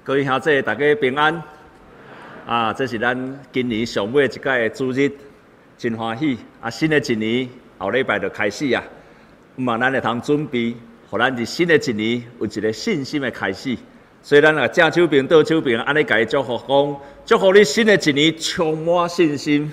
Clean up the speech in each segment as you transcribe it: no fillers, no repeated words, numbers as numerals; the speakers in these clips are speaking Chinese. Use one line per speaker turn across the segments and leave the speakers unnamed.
各位兄弟，大家平安。这是咱今年上尾一届的主日，真欢喜。新的一年后礼拜就开始啊，咱会通准备，互咱伫新的一年有一个信心的开始。所以咱正手边倒手边，安尼甲伊祝福讲，祝福你新的一年充满信心。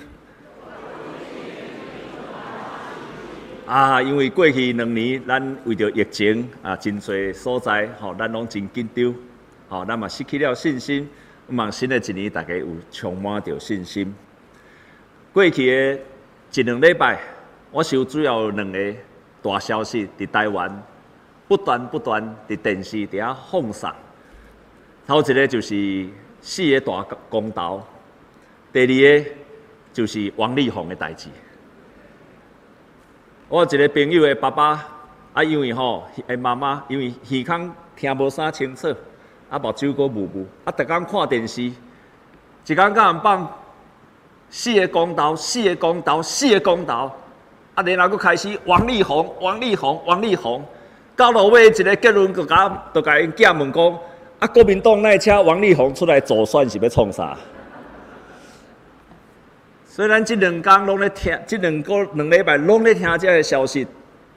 因为过去2年，咱为着疫情真侪所在咱拢真紧张，咱嘛失去了信心。望新的一年，大家有充满着信心。过去的1-2礼拜，我收主要有2个大消息，伫台湾不断伫电视底下放送。头一个就是4个大公投，第2个就是王力宏的代志。我有一个朋友的爸爸，因为妈妈因为耳孔听无啥清楚，目睭阁雾雾，逐工看电视，一天到晚放4个公投，然后阁开始王力宏，到落尾一个结论，就甲因囝问讲，国民党那请王力宏出来助选是要创啥？所以咱这2天拢咧听，这2礼拜拢咧听这个消息。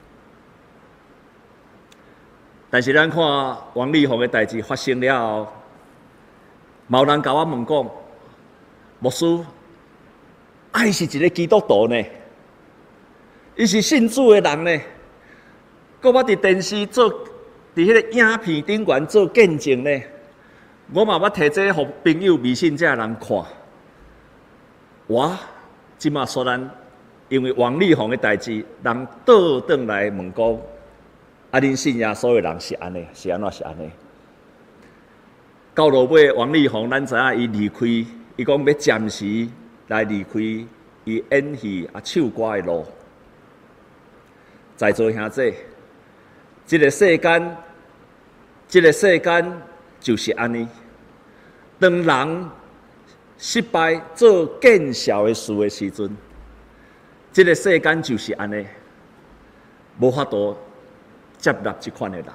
但是咱看王力宏的代志发生了后，有人甲我问讲，牧师，伊是一个基督徒呢，伊是信主的人呢，搁捌伫电视做，伫迄个影片顶悬做见证呢。我嘛捌摕这互朋友、未信这人看。我即马说咱，因为王力宏的代志，人倒转来问讲，恁信耶稣的人是安尼，是安尼？到落尾，王力宏咱知影伊离开，伊讲要暂时来离开伊演戏唱歌的路。在座兄弟，这个世间就是安尼，当人失败做见效的事的时阵，这个世间就是安尼，无法度接纳这款的人。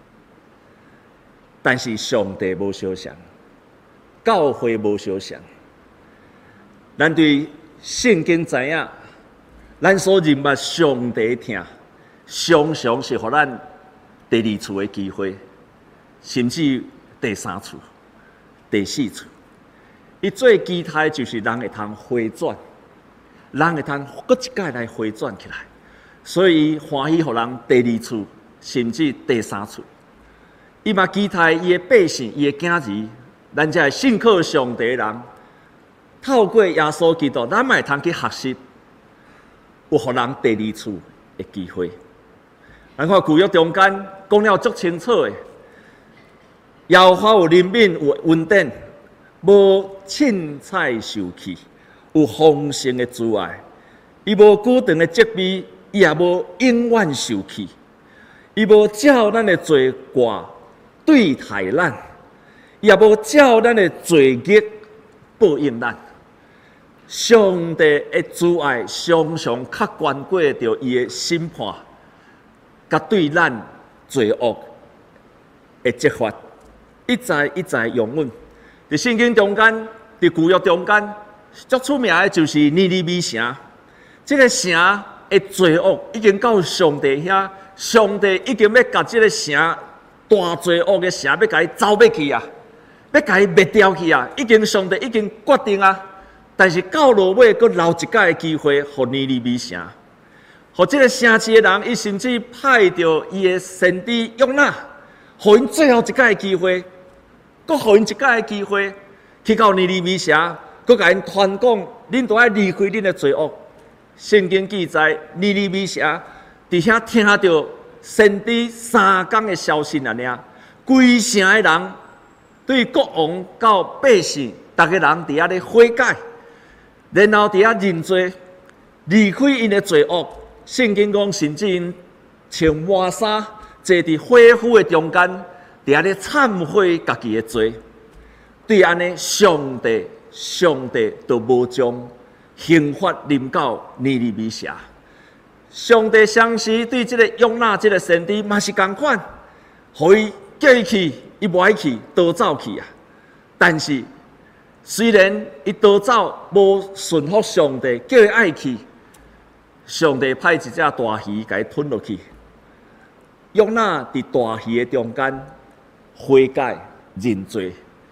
但是上帝无相像，教会无相像。咱对圣经知影，咱所认捌上帝听，常常是互咱第2次的机会，甚至第3次、第4次。伊最期待就是人会通回转，人会通搁一届来回转起来，所以伊欢喜互人第2次，甚至第3次。伊嘛期待伊的百姓、伊的囝儿，咱这信靠上帝的人，透过耶稣基督，咱嘛会通去学习，有互人第2次的机会。咱看旧约中间讲了足清楚的，耶和华有怜悯，有恩典。无凊彩受气，有丰盛的慈爱。伊无久长的责备，伊也无永远受气。伊无照咱的罪过对待咱，伊也无照咱的罪孽报应咱。上帝的慈爱常常较关过着伊的审判，甲对咱罪恶的责罚，一再永远。伫圣经中间，伫旧约中间，最出名的就是尼尼微城。这个城的罪恶已经到上帝遐，上帝已经要甲这个城大罪恶的城，要甲伊走灭去啊，要甲伊灭掉去啊。上帝已经决定啊，但是到落尾，阁留一届的机会，互尼尼微城，互这个城市的人，伊甚至派着伊的先知约拿，互因最后一届的机会。阁互因一届的机会，去到尼尼微城，阁甲因传讲，恁都要离开恁的罪恶。圣经记载，尼尼微城伫遐听到先知3天的消息尔，规城的人对国王到百姓，逐个人伫遐咧悔改，然后伫遐认罪，离开因的罪恶。圣经讲，甚至因穿麻衫，坐伫火湖的中间。伫遐咧忏悔家己的罪，对安尼，上帝都无将刑罚临到尼尼微城。上帝相时对这个约拿这个先知嘛是同款，互伊叫伊去，伊无爱去，逃走去啊！ 但是虽然伊逃走无顺服上帝，叫伊爱去，上帝派一只大鱼甲伊吞落去。约拿伫大鱼的中间悔改认罪，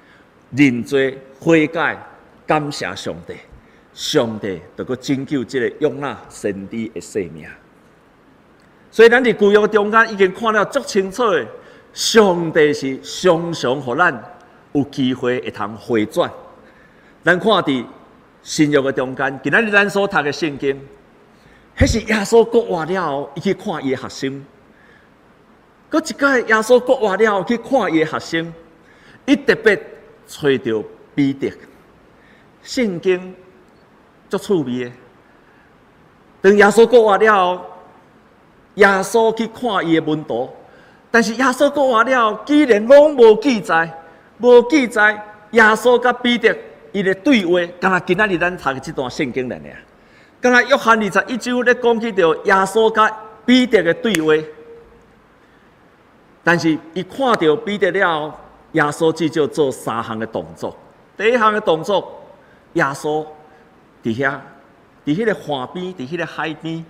悔改，感谢上帝，上帝就搁拯救这个约拿先知的性命。所以咱伫旧约中间已经看了足清楚的，上帝是常常互咱有机会会通回转。咱看伫新约的中间，今仔日咱所读的圣经，迄是耶稣国活了后，伊去看伊的学生。搁一摆耶稣国活了后去看伊的学生，伊特别找到彼得。圣经足趣味的，当耶稣国活了后，耶稣去看伊的门徒，但是耶稣国活了后，竟然拢无记载耶稣甲彼得伊的对话，敢若今仔日咱读的这段圣经尔。敢若约翰21章咧讲起到耶稣甲彼得的对话。但是，伊看到彼得了后，耶稣至少做3项的动作。第一项的动作，耶稣伫迄个岸边，伫迄个海边，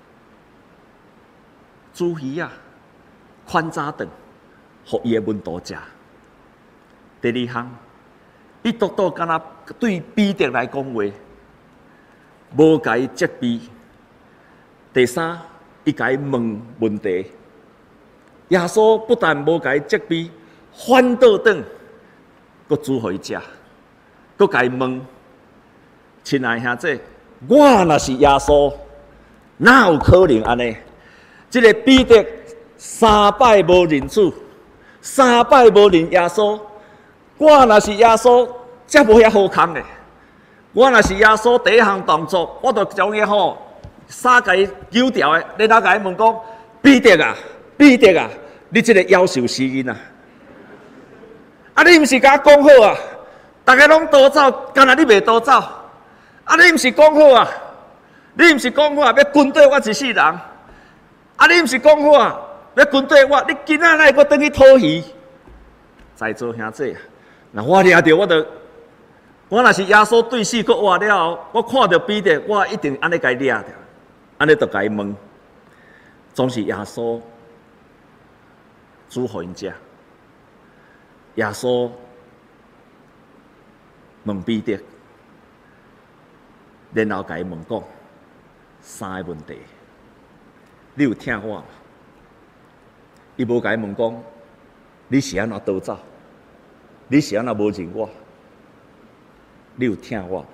煮鱼啊，宽早顿，互伊的门徒食。第二项，伊独独敢若对彼得来讲话，无甲伊责备。第三，伊甲伊问问题。耶稣不但无甲伊责备，反倒转，佮煮互伊食，佮甲伊问：亲爱兄弟，我若是耶稣，哪有可能安尼？这个彼得3摆无认主，3摆无认耶稣，我若是耶稣，则无遐好康的。我若是耶稣，第一项动作，我就将伊衫甲伊揪掉的，然后甲伊问讲：彼得啊！你这个夭寿死囡啊！你毋是甲我讲好啊？大家拢逃走，干那你袂逃走？你毋是讲好啊？要军队我一世人？你毋是讲好啊？要军队我？你今仔哪会搁转去讨鱼？在座兄弟啊，那我听到我若是耶稣对死搁活了后，我看到彼得，我一定安尼甲伊抓着，安尼就甲伊问，总是耶稣煮互因食。耶稣问彼得，然后甲伊问讲3个问题：你有听我吗？伊无甲伊问讲你是安怎逃走？你是安怎无认我？你有听我？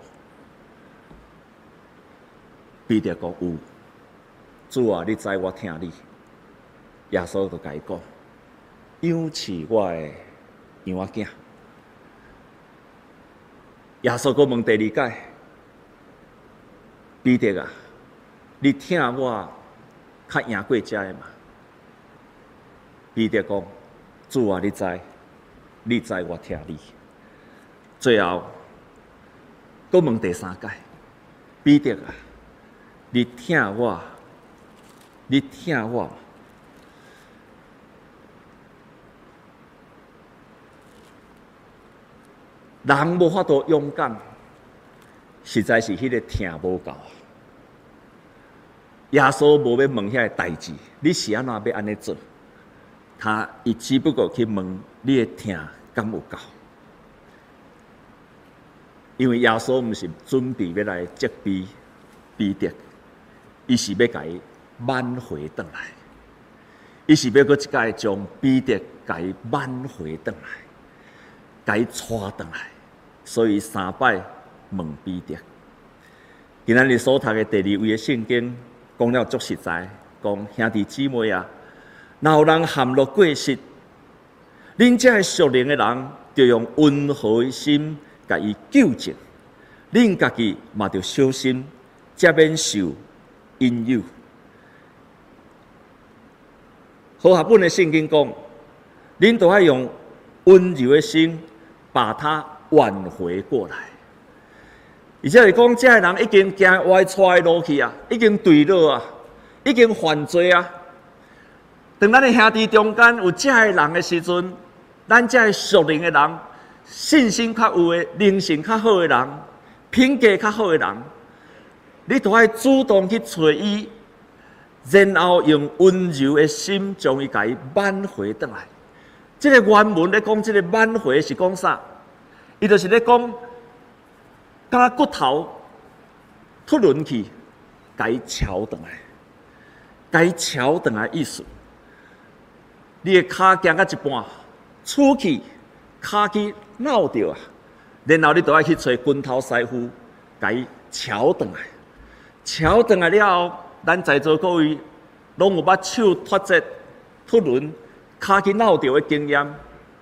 彼得讲有。主啊，你知我听你。耶稣就甲伊讲：养饲我的羊仔囝。耶稣阁问第2解：彼得啊，你听我较赢过遮的嘛？彼得讲：主啊，你知我听你。最后，阁问第3解：彼得啊，你听我？人无法度勇敢，实在是迄个听无够。耶稣无要问遐个代志，你是安怎要安尼做？伊只不过去问你的听敢有够？因为耶稣毋是准备要来责备彼得，伊是要甲伊挽回转来，伊是要搁一届将彼得甲伊挽回转来，甲伊带转来。所以3摆问彼得。今仔日所读的第2位的圣经，讲了足实在，讲兄弟姊妹啊，若有人陷落过失，恁这个属灵的人，就用温和的心甲伊纠正。恁家己嘛着小心，才免受引诱。和合本的圣经讲，恁都要用温柔的心把他挽回过来。而且是讲，这个人已经行歪错的路去啊，已经坠落啊，已经犯罪啊。当咱的兄弟中间有这个人的时阵，咱这个属灵的人信心较有的、灵性较好的人、品格较好的人，你都要主动去找伊，然后用温柔的心将伊甲伊挽回倒来。这个原文咧讲，这个挽回是讲啥？伊就是咧讲，甲骨头突轮去，甲伊敲倒来，甲伊敲倒来意思。你的骹行到一半，出去骹去拗着啊，然后你就要去找拳头师傅，甲伊敲倒来。敲倒来了后，咱在座各位拢有捌手脱节、突轮、骹去拗着的经验。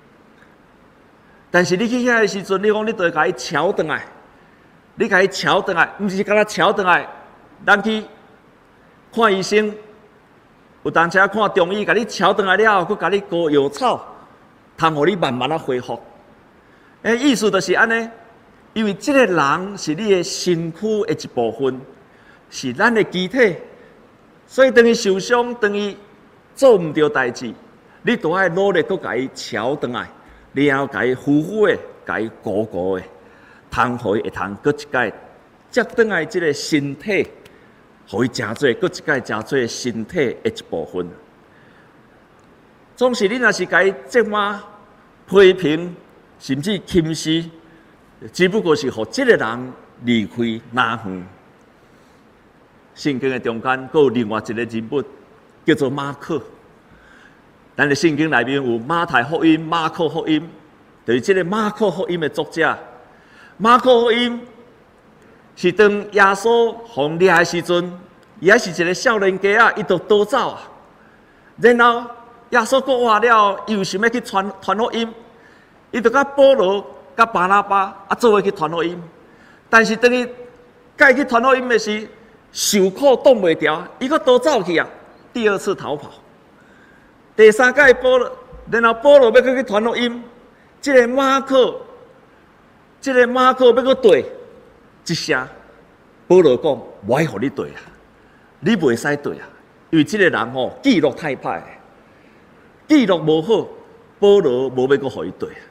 但是你去遐的时阵，你讲你就甲伊敲倒来，你甲伊敲倒来，毋是甲他敲倒来，咱去看医生。有当时看中医，甲你敲倒来了后，佮甲你膏药草，通互你慢慢恢复。意思就是安尼，因为这个人是你的身躯的一部分，是咱的机体，所以当伊受伤，当伊做唔到代志，你都要努力，佮甲伊敲倒来，然后甲伊呼呼的，甲伊鼓鼓的，通互伊会通佮一摆接倒来这个身体。互伊诚做，搁一摆诚做身体的一部分。总是你若是甲伊责骂、批评，甚至轻视，只不过是互这个人离开哪远。圣经的中间，搁有另外一个人物叫做马可。咱的圣经内面有马太福音、马可福音，就是这个马可福音的作者。马可福音。是当耶稣互掠的时阵，伊还是一个少年家啊，伊就逃走啊。然后耶稣过活了，伊又想要去传福音，伊就甲保罗、甲巴拿巴做伙去传福音。但是当伊甲伊去传福音的时，受苦挡袂牢，伊阁逃走去啊。第二次逃跑，第三届保罗，然后保罗要去传福音，这个马可要阁对。一声，保罗讲：“我爱互你对啊，你袂使对啊，因为这个人吼记录太歹，记录无好，保罗无要阁互伊对啊。”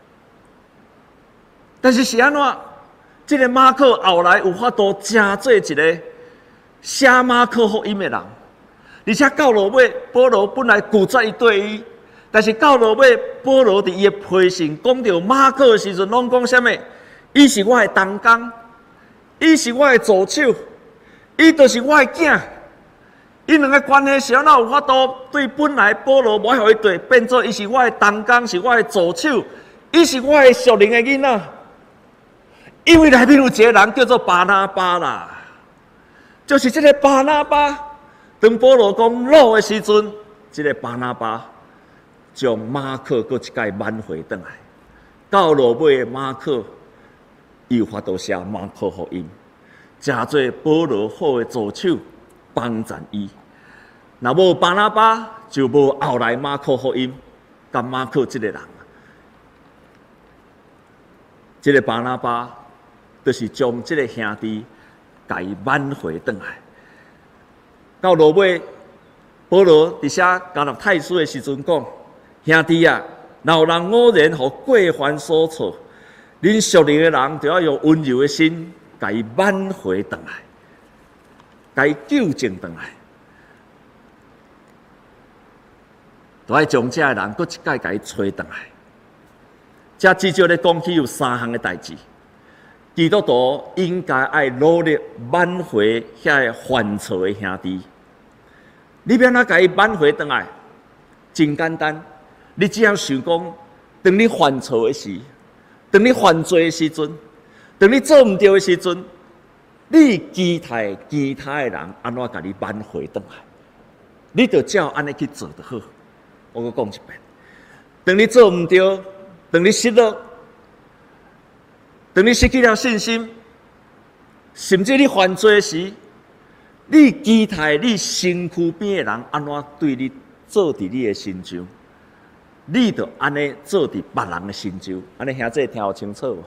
但是是安怎？这个马可后来有法度成做一个写马可福音的人，而且到落尾，保罗本来拒绝伊对伊，但是到落尾，保罗伫伊的批信讲到马可的时阵，拢讲啥物？伊是我的同工。伊是我的助手，伊就是我的囝。伊两个关系是安怎有法度对本来保罗无爱互伊对，变做伊是我的同工，是我的助手，伊是我的属灵的囡仔。因为内面有一个人叫做巴拿巴啦，就是这个巴拿巴。当保罗讲老的时阵，这个巴拿巴将马可搁一摆挽回转来。到落尾的马可。伊有法度写马可福音，诚做保罗好的助手，帮助伊。若无巴拿巴，就无后来马可福音，甲马可这个人。这个巴拿巴，就是将这个兄弟甲伊挽回转来。到落尾，保罗伫写加勒太书的时阵讲：兄弟啊，若有人偶然互过犯所错。恁属灵的人就要用温柔的心，甲伊挽回转来，甲伊纠正转来，就要将这个人搁一摆甲伊找转来。这至少咧讲起有3项的代志，基督徒应该爱努力挽回遐个犯错的兄弟。你要哪甲伊挽回转来？真简单，你只要想讲，当你犯错的时。当你犯罪的时阵，当你做唔对的时阵，你期待其他的人安怎甲你挽回转来？你就照安尼去做就好。我阁讲一遍：当你做唔对，当你失落，当你失去了信心，甚至你犯罪时，你期待你身躯边的人安怎对你做伫你的心上？你就安尼做伫别人的心上，安尼兄弟听有清楚无？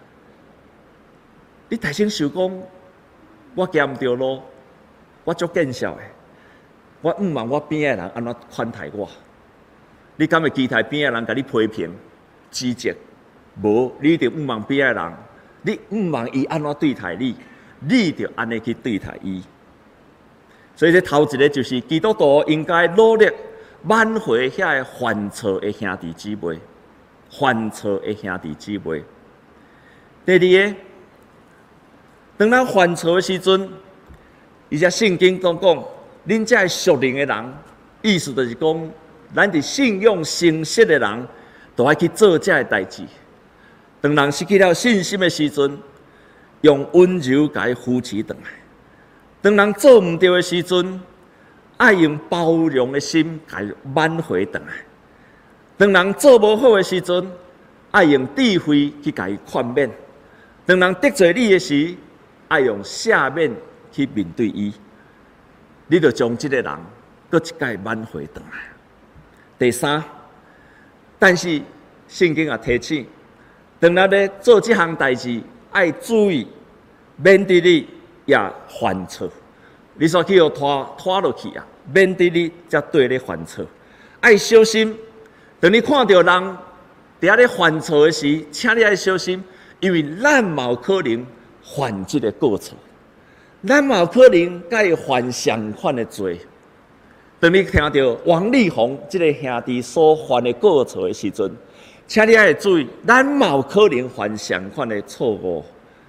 你大声想讲，我行唔对路，我足见笑的，我毋望我边的人安怎款待我？你敢会期待边的人甲你批评、指责？ 无你就毋茫边仔人，你毋茫伊安怎对待你，你就安尼去对待伊。所以这头一个就是基督徒应该努力挽回遐个犯错的兄弟姊妹，犯错的兄弟姊妹。第二个，当咱犯错的时阵，而且圣经讲，恁这属灵的人，意思就是讲，咱伫信用诚实的人，都爱去做这个代志。当人失去了信心的时阵，用温柔甲伊扶持转来；当人做毋对的时阵，爱用包容的心甲伊挽回转来；当人做无好的时阵，爱用智慧去甲伊劝勉；当人得罪你的时，爱用赦免去面对伊。你就将这个人搁一摆挽回转来。第三，但是圣经也提醒，当咱咧做这项代志，爱注意，免得你也犯错。你煞去互拖落去啊，免得你才对咧犯错。爱小心，当你看到人伫遐咧犯错的时，请你爱小心，因为咱嘛有可能犯这个过错。咱嘛有可能甲伊犯相款的罪。当你听到王力宏这个兄弟所犯的过错的时阵，请你爱注意，咱嘛有可能犯相款的错误。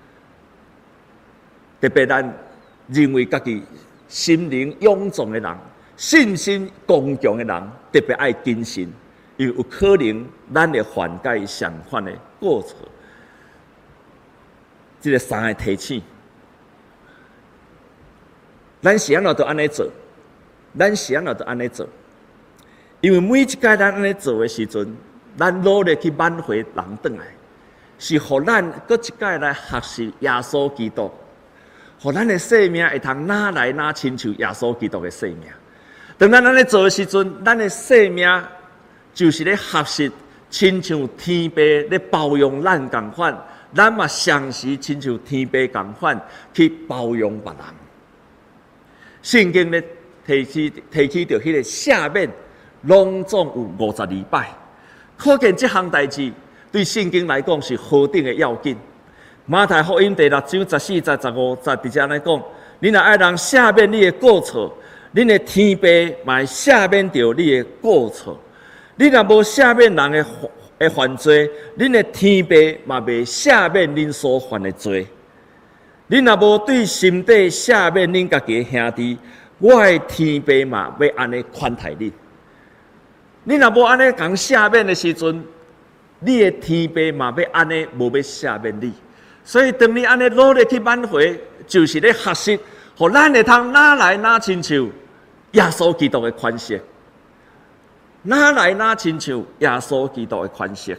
特别咱认为家己心灵勇壮的人、信心刚强的人，特别爱谨慎，因为有可能咱会犯甲伊相款的过错。这个三个提醒。咱是安怎就安尼做，咱是安怎就安尼做，因为每一摆咱安尼做的时阵，咱努力去挽回人转来，是互咱搁一摆来学习耶稣基督，互咱的生命会通哪来哪亲像耶稣基督的生命。当咱安尼做的时阵，咱的生命就是咧学习，亲像天父咧包容咱共款，咱嘛常时亲像天父共款去包容别人。圣经咧提起着迄个赦免，拢总有52摆，可见这项代志对圣经来讲是何等的要紧。马太福音第6章14节、15节，直接安尼讲：你若爱人赦免你的过错，恁的天父嘛会赦免着你的过错；你若无赦免人的犯罪，恁的天父嘛袂赦免恁所犯的罪。恁若无对心底赦免恁家己的兄弟，我的天父嘛要安尼款待恁。恁若无安尼讲赦免的时阵，你的天父嘛要安尼无要赦免你。所以当你安尼努力去挽回，就是咧学习，互咱会通哪来哪亲像耶稣基督的款式，哪来哪亲像耶稣基督的款式。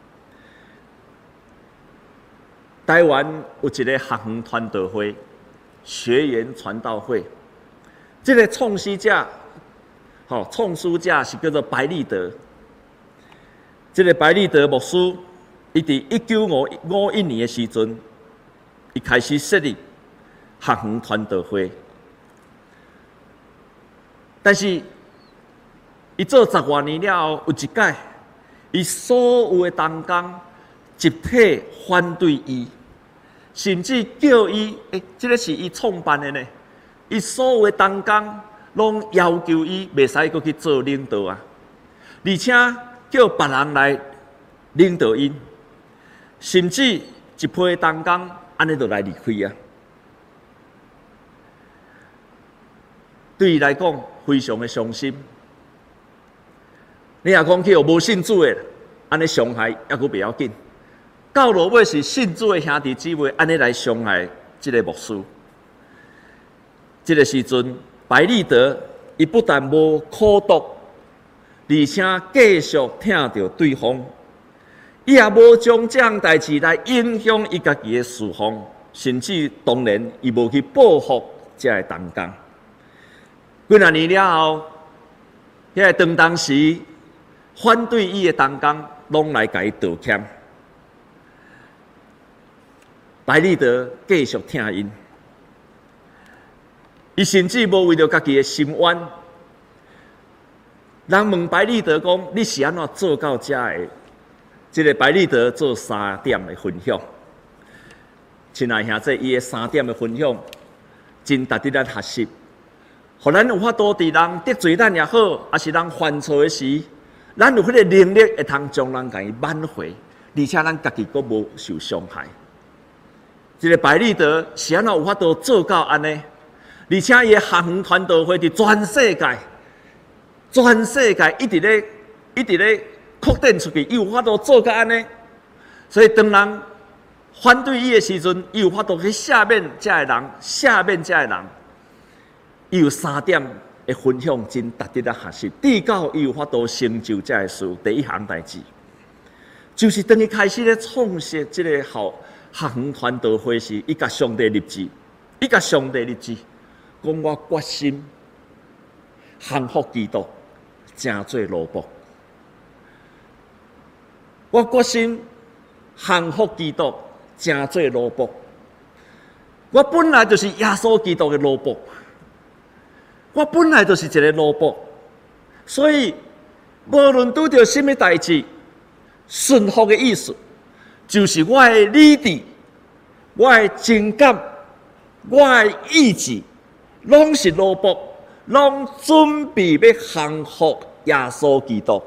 台湾有一个学园传道会，学员传道会。这个创始者，创始者是叫做白立德。这个白立德牧师，伊伫1951年的时阵，伊开始设立学园传道会。但是，伊做10多年了后，有一届，伊所有的同工集体反对伊。甚至叫伊，这个是伊创办的呢。伊所有的同工拢要求伊袂使阁去做领导啊，而且叫别人来领导因，甚至一批同工安尼就来离开啊。对伊来讲，非常的伤心。你若讲去无信主的，安尼伤害还阁袂要紧。到落尾是信主的兄弟姊妹安尼来伤害这个牧师。这个时阵，白立德伊不但无苦毒，而且继续听到对方，伊也无将这样代志来影响伊家己的侍奉，甚至当然伊无去报复这个同工。几啊年了后，迄个当时反对伊的同工，拢来甲伊道歉。白立德继续听因，伊甚至无为着家己的心愿。人问白立德讲：“你是安怎做到这这个白立德做3点的分享。亲爱兄弟，伊的3点的分享，真值得咱学习。互咱有法度伫人得罪咱也好，还是人犯错的时，咱有迄个能力会通将人甲伊挽回，而且咱家己阁无受伤害。这个白立德是安怎有法度做到安尼？而且伊的学园传道会伫全世界一直咧扩展出去，伊有法度做到安尼。所以当人反对伊的时阵，伊有法度去下面遮的人，伊有3点的分享，真值得咱学习。第9，伊有法度成就遮的事。第一项代志，就是当伊开始咧创设这个学园传道会时，伊甲上帝立志，讲我决心降服基督，成做奴仆。我决心降服基督，成做奴仆。我本来就是耶稣基督的奴仆，我本来就是一个奴仆，所以无论拄到什么代志，顺服的意思就是我的理智、我的情感、我的意志，拢是奴仆，拢准备要降服耶稣基督。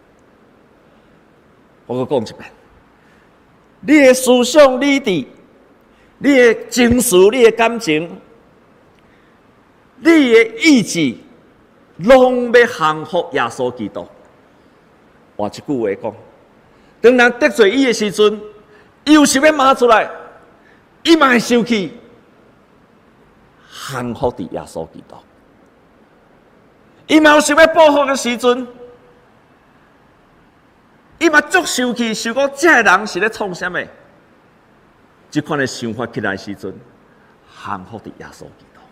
我再讲一遍，你的思想、理智、你的情绪、你的感情、你的意志，拢要降服耶稣基督。换一句话讲，当人得罪伊的时阵，伊有想要骂出来，伊嘛会生气，降服伫耶稣基督。伊嘛有想要报复的时阵，伊嘛足生气，想讲这个人是咧创啥物？这款的想法起来的时阵，降服伫耶稣基督。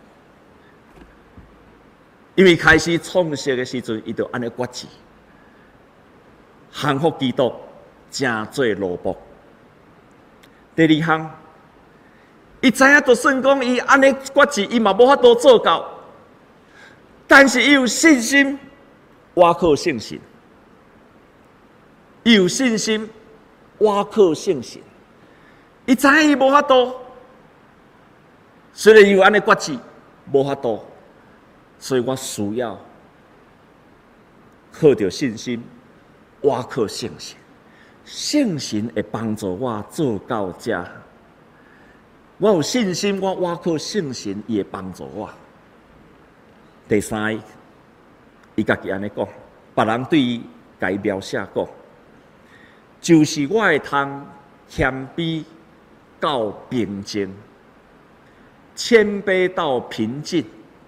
因为开始创设的时阵，伊就安尼决志，降服基督，成做奴仆。第2项，伊知影就算讲伊安尼决志，伊嘛无法度做到，但是伊有信心，我靠信心。伊有信心，我靠信心。伊知影伊无法度，虽然伊有安尼决志，无法度，所以我需要靠着信心，我靠信心。信心会帮助我做到这。我有信心，我靠信心，伊会帮助我。第3，伊家己安尼讲，别人对伊甲伊描写讲，就是我会通谦卑到平静，谦卑到平静。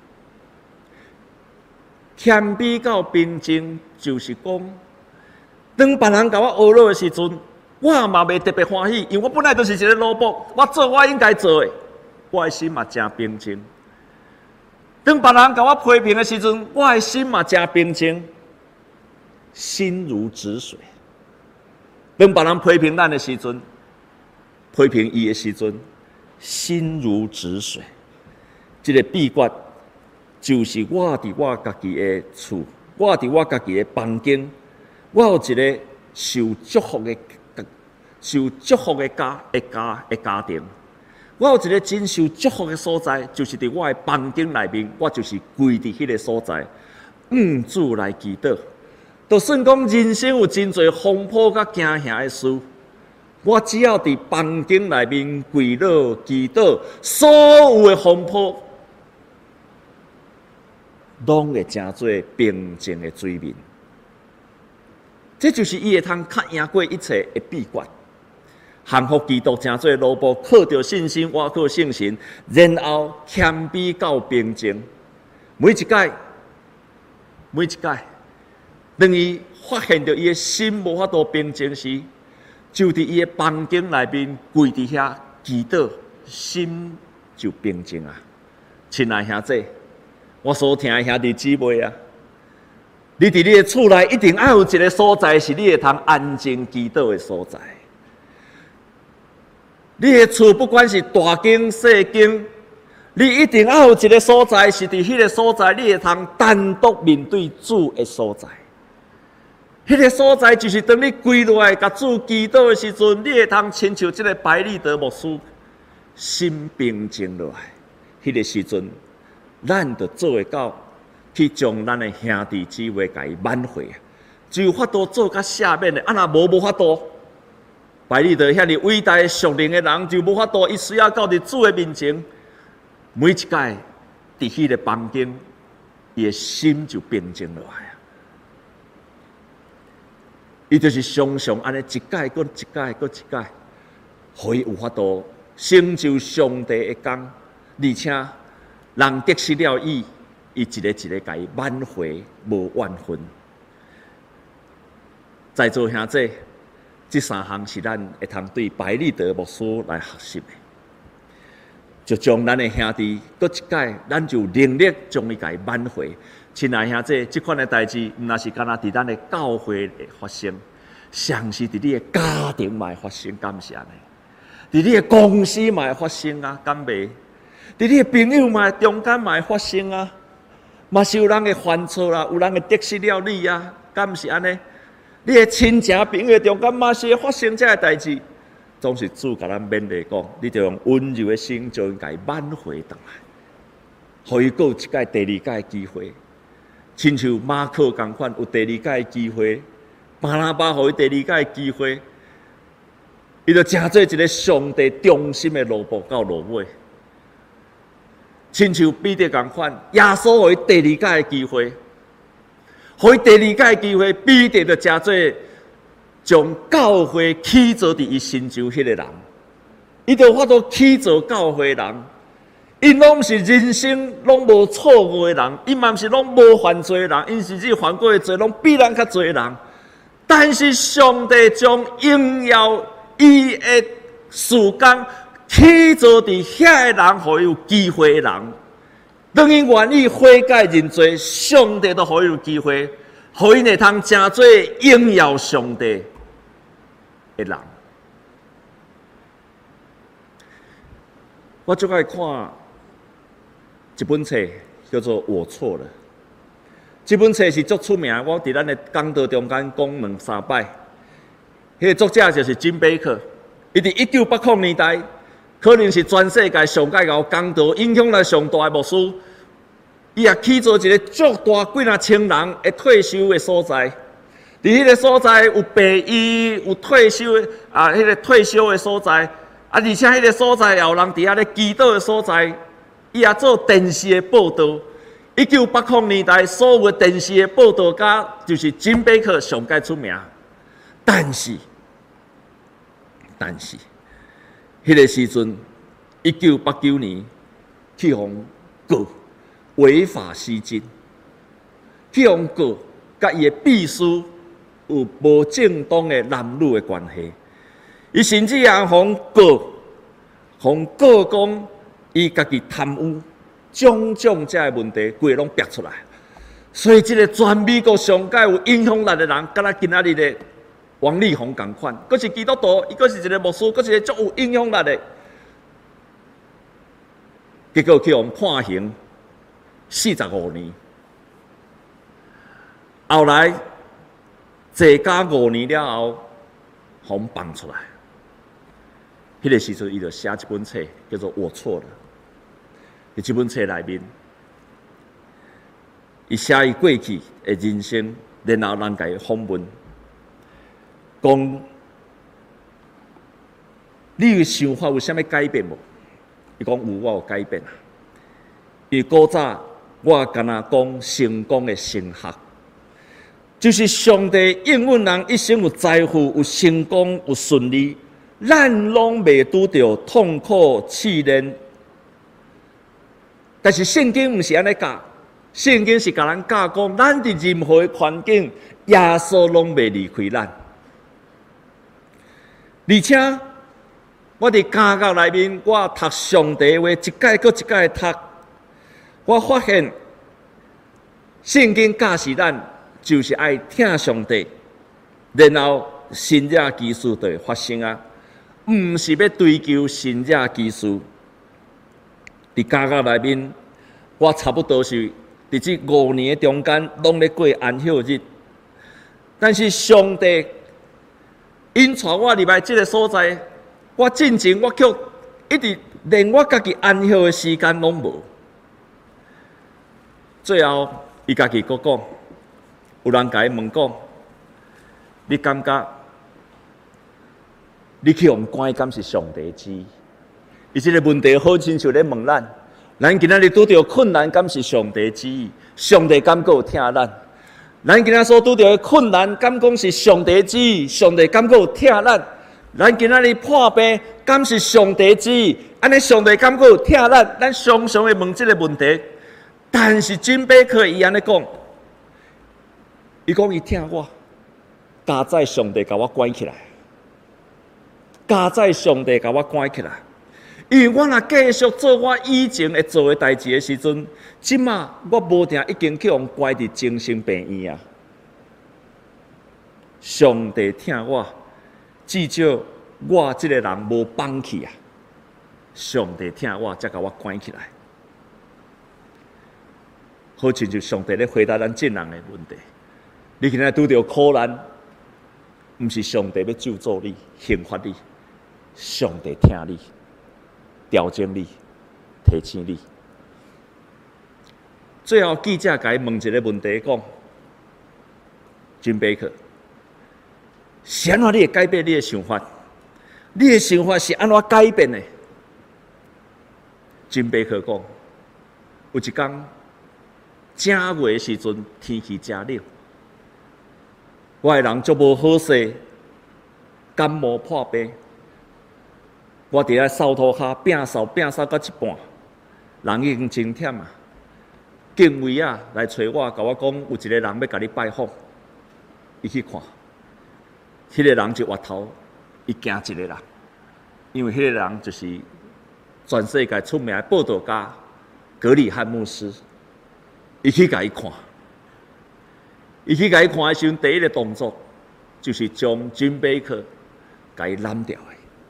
谦卑到平静，就是讲，当别人甲我学了的时阵，我嘛袂特别欢喜，因为我本来就是一个奴仆，我做我应该做的，我的心嘛真平静。当别人甲我批评的时阵，我的心嘛真平静，心如止水。当别人批评咱的时阵，批评伊的时阵，心如止水。这个秘诀就是我伫我家己的厝，我伫我家己的房间，我有一个受祝福的家庭。我有一个真受祝福的所在，就是伫我的房间内面，我就是跪伫迄个所在，主来祈祷。就算讲人生有真侪风波甲惊吓的事，我只要伫房间内面跪落祈祷，所有的风波拢会成做平静的水面。这就是伊会通较赢过一切的秘诀。降服基督，成做奴仆，靠着信心，我靠信心，然后谦卑到平静。每一届，当伊发现到伊的心无法度平静时，就伫伊的房间内面跪伫遐祈祷，心就平静啊！亲爱兄弟，我所听的兄弟姊妹啊，你伫你的厝内一定要有一个所在，是你会通安静祈祷的所在。你的厝不管是大间小间，你一定要有一个所在，是伫迄个所在，你会通单独面对主的所在。 迄个所在就是当你跪落来，甲主祈祷的时阵，你会通亲像这个百里德牧师，心平静落来。迄个时阵，咱就做会到去将咱的兄弟姊妹甲伊挽回，只有法度做甲赦免的。啊，若无法度，百里德遐尼伟大的属灵的人，就无法度，伊需要到伫主的面前，每一届伫迄个房间，伊的心就平静落来。伊就是常常安尼一届搁一届搁一届，互伊有法度成就上帝的工，而且人得失了伊，伊一个一个甲伊挽回，无怨恨。在座兄弟，这三项是咱会通对百里德牧师来学习的，就将咱的兄弟搁一届，咱就能力将伊甲伊挽回。亲爱兄弟，这款的代志，毋若是干那伫咱的教会的发生，常是伫你的家庭嘛会发生，敢是安尼？伫你的公司嘛会发生啊，敢袂？伫你的朋友嘛中间嘛会发生啊，嘛是有人会犯错啦，有人会得失了你啊，敢是安尼？你的亲情朋友中间嘛是会发生这个代志，总是主甲咱勉励讲，你就用温柔的心将伊甲伊挽回倒来，互伊有一届、第二届的机会。亲像马可同款，有第二届的机会；巴拿巴互伊第二届的机会，伊就真做一个上帝忠心的奴仆到落尾。亲像彼得同款，耶稣互伊第二届的机会，互伊第二届的机会，彼得就真做将教会起造伫伊身上迄个人，伊就法度起造教会的人。因拢毋是人生拢无错误的人，因嘛毋是拢无犯罪的人，因甚至犯过的罪拢比咱较侪的人。但是上帝将荣耀伊的事工起造伫遐个人，互伊有机会的人，当伊愿意悔改认罪，上帝都互伊有机会，互伊会通真做荣耀上帝的人。我最爱看一本册叫做《我错了》，这本册是足出名，我伫咱的讲道中间讲两三摆。迄个作者就是金贝克，伊伫1980年代，可能是全世界上界高讲道影响力上大的牧师，伊也起造一个足大几若千人会退休的所在。伫迄个所在有病医，有退休的迄个退休的所在，而且迄个所在也有人伫遐咧祈祷的所在。伊也做电视的报道。1980年代所有的电视的报道家，就是金贝克上界出名。但是，迄个时阵，1989年去互告违法吸金，去互告甲伊的秘书有无正当的男女的关系。伊甚至也互告讲。伊家己贪污，种种这个问题，规拢逼出来。所以，这个全美国上界有影响力的人，敢若今仔日的王力宏同款，佫是基督徒，伊佫是一个牧师，佫是一个足有影响力的。结果去互判刑45年，后来坐加5年了后，互放出来。迄个时阵，伊就写一本册，叫做《我错了》。伫这本册内面，伊写伊过去的人生，然后人甲伊访问，讲你的想法有啥物改变无？伊讲有，我有改变啊。因为古早我敢若讲成功的神学，就是上帝应允人一生有财富、有成功、有顺利，咱拢未拄着痛苦试炼。但是圣经毋是安尼教，圣经是甲咱教讲，咱伫任何的环境，耶稣拢未离开咱。而且我伫家教内面，我读上帝话，一届搁一届读，我发现圣经教示咱就是爱听上帝，然后神迹奇事就会发生啊，毋是要追求神迹奇事。伫家教内面，我差不多是伫这5年中间，拢咧过安息日。 但是上帝引带我入来这个所在，我进前我却一直连我家己安息的时间拢无。最后，伊家己佫讲，有人甲伊问讲，你感觉你去用关敢是上帝旨意？伊这个问题好亲像咧问咱，咱今仔日拄着困难，敢是上帝旨意？上帝敢佫有听咱？咱今仔所拄着的困难，敢讲是上帝旨意？上帝敢佫有听咱？咱今仔日破病，敢是上帝旨意？安尼上帝敢佫有听咱？咱常常会问这个问题。但是金贝克伊安尼讲，伊讲伊听我，加在上帝甲我关起来，加在上帝甲我关起来。因为我若继续做我以前会做的代志的时阵，即马我无定已经去互关伫精神病院啊。上帝听我，至少我这个人无放弃啊。上帝听我，才甲我关起来。好亲像上帝咧回答咱正人的问题。你今仔拄着苦难，毋是上帝要救助你、刑罚你，上帝听你、调整你、提醒你。最后记者甲伊问一个问题，讲：金贝克，是安怎你会改变你的想法？你的想法是安怎改变的？金贝克讲：有一天。正月的时阵，天气真冷，我的人足无好势，感冒破病。我伫咧扫涂骹摒扫到一半，人已经真忝啊。警卫啊来找我，甲我讲有一个人要甲你拜访，伊去看，迄个人就滑头，伊惊一个人，因为迄个人就是全世界出名的报道家格里汉牧师。伊去甲伊看，伊去甲伊看的时阵，第一个动作就是将金贝克甲伊揽掉的。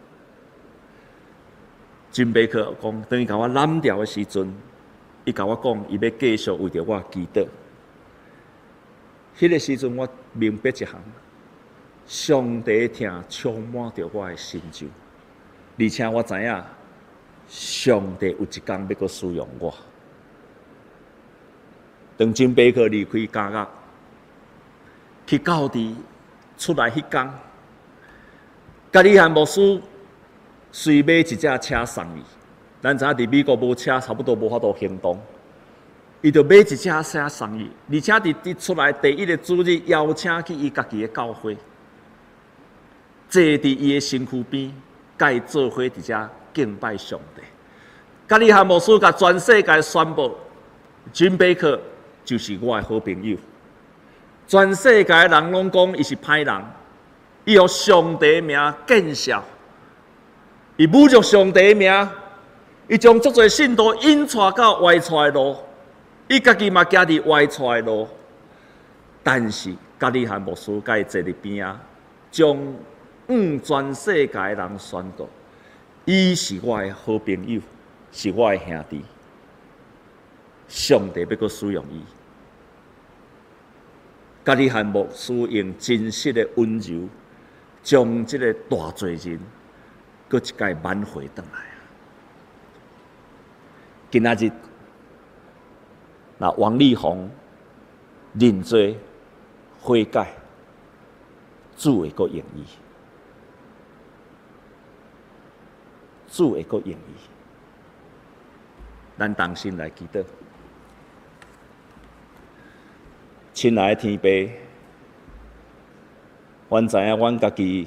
金贝克讲，当伊甲我揽掉的时阵，伊甲我讲，伊要继续为着我祈祷。迄个时阵，我明白一项：上帝听充满着我的心中，而且我知影，上帝有一天要阁使用我。当金贝克离开家乐，去教地出来迄天，格里汉牧师随买一只车送伊。咱知影伫美国无车，差不多无法度行动，伊就买一只车送伊，而且伫出来第一个主日邀请去伊家己的教会，坐伫伊的身躯边，甲伊做伙伫遮敬拜上帝。格里汉牧师甲全世界宣布，金贝克。就是我的好朋友，全世界的人拢讲伊是歹人，伊用上帝的名见笑，伊侮辱上帝的名，伊将足侪信徒引带到歪错的路，伊家己嘛行伫歪错的路，但是格里汉牧师甲伊坐伫边啊，将全世界的人宣告，伊是我的好朋友，是我的兄弟。上帝要阁使用伊，格里汉牧师用真实的温柔，将这个大罪人，阁一概挽回回来。今仔日，那王力宏认罪悔改，主会阁用伊，主会阁用伊，咱同心来祈祷。亲爱的天父，阮知影阮家己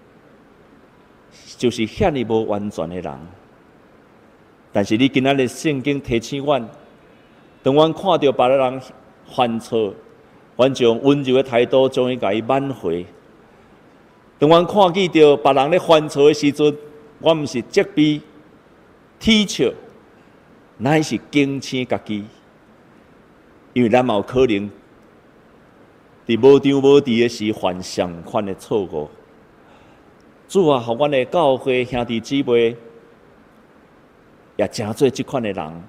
就是遐尼无完全的人，但是你今仔日圣经提醒阮，当阮看到别人犯错，阮就用温柔的态度将伊甲伊挽回；当阮看见到别人咧犯错的时阵，我毋是责备、踢笑，乃是警醒家己，因为咱嘛有可能。伫无张无弛的时犯相款的错误，主啊，互阮的教会兄弟姊妹也真做即款的人，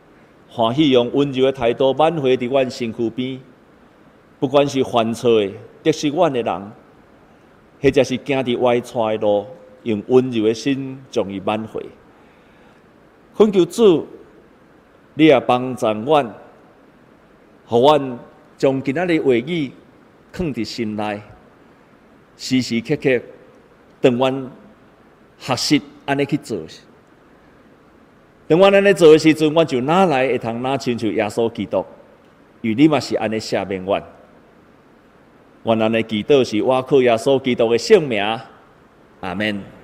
欢喜用温柔的态度挽回伫阮身躯边，不管是犯错的， 得失阮的人，或者是行伫歪错的路，用温柔的心将伊挽回。恳求主，你也帮助阮，互阮将今仔日话语藏伫心内，时时刻刻当阮学习安尼去做。当阮安尼做的时阵，阮就哪来会通哪亲像耶稣基督，因为你嘛是安尼赦免阮。阮安尼祈祷是我靠耶稣基督的圣名，阿门。